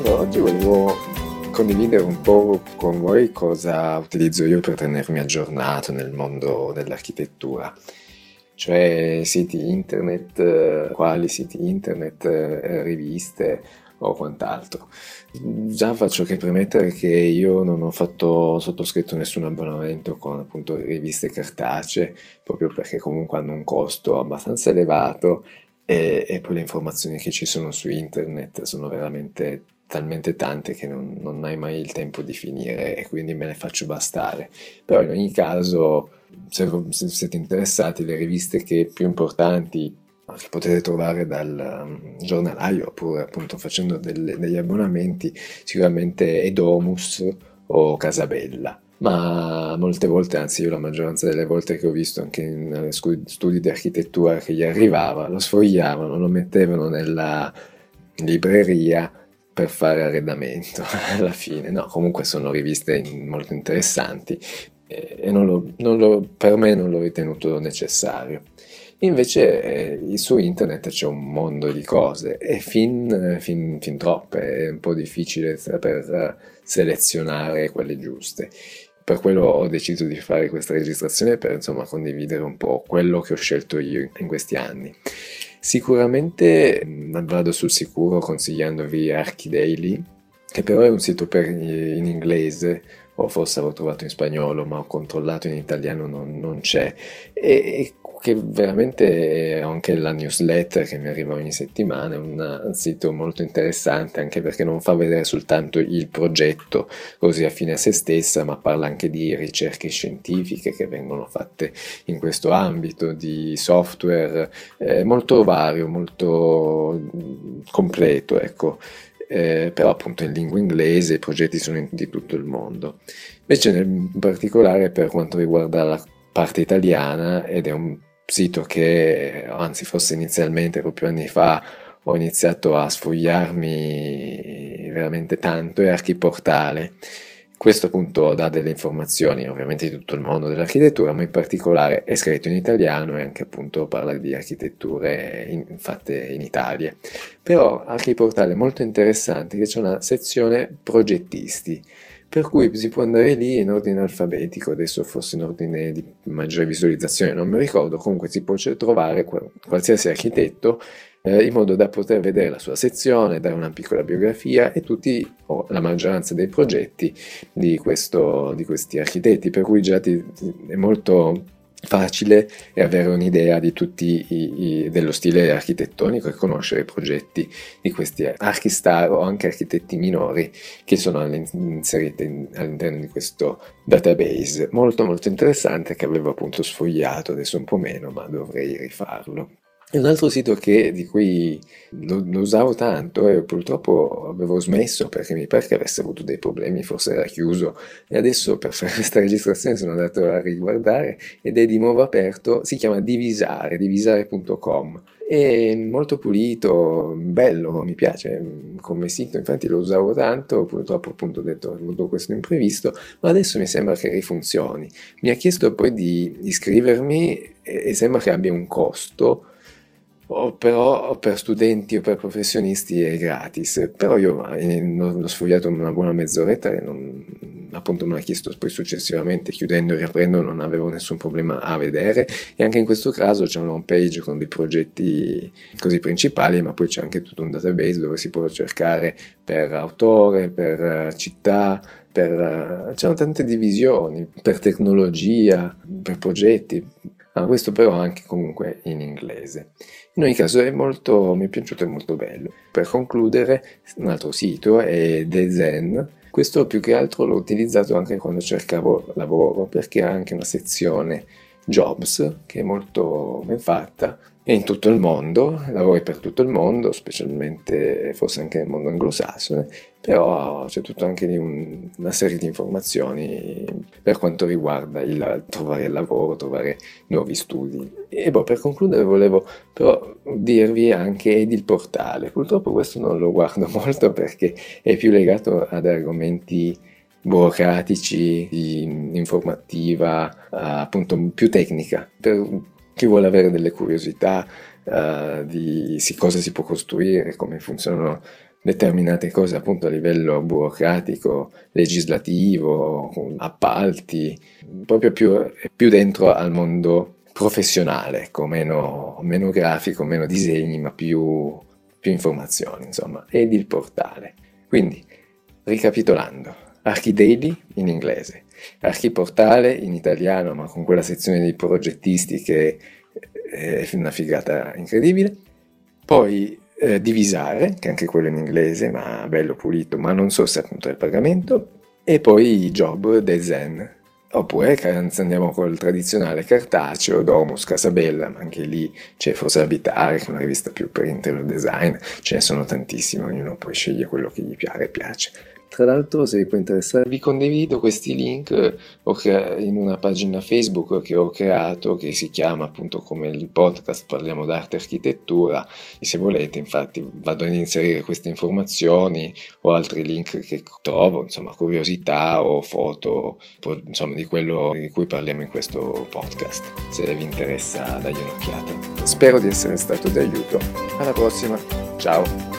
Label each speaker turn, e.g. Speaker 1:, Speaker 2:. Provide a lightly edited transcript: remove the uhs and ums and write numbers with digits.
Speaker 1: Allora, oggi volevo condividere un po' con voi cosa utilizzo io per tenermi aggiornato nel mondo dell'architettura, cioè siti internet, quali siti internet, riviste o quant'altro. Già faccio che premettere che io non ho sottoscritto nessun abbonamento con appunto riviste cartacee, proprio perché comunque hanno un costo abbastanza elevato e poi le informazioni che ci sono su internet sono veramente talmente tante che non hai mai il tempo di finire e quindi me ne faccio bastare. Però in ogni caso, se siete interessati, le riviste più importanti che potete trovare dal giornalaio oppure appunto facendo degli abbonamenti, sicuramente Edomus o Casabella. Ma molte volte, anzi io la maggioranza delle volte che ho visto anche in studi di architettura che gli arrivava, lo sfogliavano, lo mettevano nella libreria per fare arredamento alla fine. No, comunque sono riviste molto interessanti e per me non l'ho ritenuto necessario. Invece su internet c'è un mondo di cose e fin troppe, è un po' difficile saper selezionare quelle giuste. Per quello ho deciso di fare questa registrazione per insomma condividere un po' quello che ho scelto io in questi anni. Sicuramente vado sul sicuro consigliandovi Archidaily, che però è un sito in inglese, o forse l'avevo trovato in spagnolo, ma ho controllato in italiano, non c'è. E che veramente è anche la newsletter che mi arriva ogni settimana, è un sito molto interessante anche perché non fa vedere soltanto il progetto così a fine a se stessa, ma parla anche di ricerche scientifiche che vengono fatte in questo ambito, di software molto vario, molto completo, ecco. Però appunto in lingua inglese, i progetti sono di tutto il mondo. Invece in particolare per quanto riguarda la parte italiana, ed è un sito che, anzi forse inizialmente proprio anni fa ho iniziato a sfogliarmi veramente tanto, è Archiportale. Questo appunto dà delle informazioni ovviamente di tutto il mondo dell'architettura, ma in particolare è scritto in italiano e anche appunto parla di architetture fatte in Italia. Però Archiportale è molto interessante che c'è una sezione progettisti, per cui si può andare lì in ordine alfabetico, adesso forse in ordine di maggiore visualizzazione, non mi ricordo, comunque si può trovare qualsiasi architetto in modo da poter vedere la sua sezione, dare una piccola biografia e tutti o la maggioranza dei progetti di questi architetti, per cui già è molto facile avere un'idea di dello stile architettonico e conoscere i progetti di questi archistar o anche architetti minori che sono inseriti all'interno di questo database molto molto interessante che avevo appunto sfogliato, adesso un po' meno, ma dovrei rifarlo. E un altro sito di cui lo usavo tanto e purtroppo avevo smesso perché mi pare che avesse avuto dei problemi, forse era chiuso, e adesso per fare questa registrazione sono andato a riguardare ed è di nuovo aperto, si chiama divisare.com. È molto pulito, bello, mi piace come sito, infatti lo usavo tanto, purtroppo appunto ho detto ho avuto questo imprevisto, ma adesso mi sembra che rifunzioni. Mi ha chiesto poi di iscrivermi e sembra che abbia un costo. Però per studenti o per professionisti è gratis, però io l'ho sfogliato una buona mezz'oretta e appunto me l'ha chiesto poi successivamente, chiudendo e riaprendo non avevo nessun problema a vedere, e anche in questo caso c'è una home page con dei progetti così principali, ma poi c'è anche tutto un database dove si può cercare per autore, per città, c'erano tante divisioni, per tecnologia, per progetti. Questo però anche comunque in inglese. In ogni caso mi è piaciuto, è molto bello. Per concludere, un altro sito è Dezen. Questo più che altro l'ho utilizzato anche quando cercavo lavoro, perché ha anche una sezione Jobs che è molto ben fatta. È in tutto il mondo, lavori per tutto il mondo, specialmente forse anche nel mondo anglosassone, però c'è tutto anche lì una serie di informazioni per quanto riguarda il trovare lavoro, trovare nuovi studi. E per concludere volevo però dirvi anche il portale. Purtroppo questo non lo guardo molto perché è più legato ad argomenti burocratici, di informativa, appunto più tecnica. Per chi vuole avere delle curiosità di cosa si può costruire, come funzionano determinate cose appunto a livello burocratico, legislativo, con appalti, proprio più dentro al mondo professionale, ecco, meno grafico, meno disegni, ma più informazioni, insomma, ed il portale. Quindi, ricapitolando, Archidaily in inglese, Archiportale in italiano, ma con quella sezione di progettisti che è una figata incredibile. Poi Divisare, che anche quello in inglese, ma bello pulito, ma non so se appunto è il pagamento. E poi Job Design. Oppure andiamo col tradizionale cartaceo, Domus, Casabella, ma anche lì c'è Forse Abitare, che è una rivista più per interior design, ce ne sono tantissime, ognuno poi sceglie quello che gli piace. Tra l'altro, se vi può interessare, vi condivido questi link in una pagina Facebook che ho creato, che si chiama appunto come il podcast Parliamo d'arte e architettura, e se volete infatti vado ad inserire queste informazioni o altri link che trovo, insomma curiosità o foto, insomma di quello di cui parliamo in questo podcast. Se vi interessa dagli un'occhiata. Spero di essere stato d'aiuto. Alla prossima, ciao!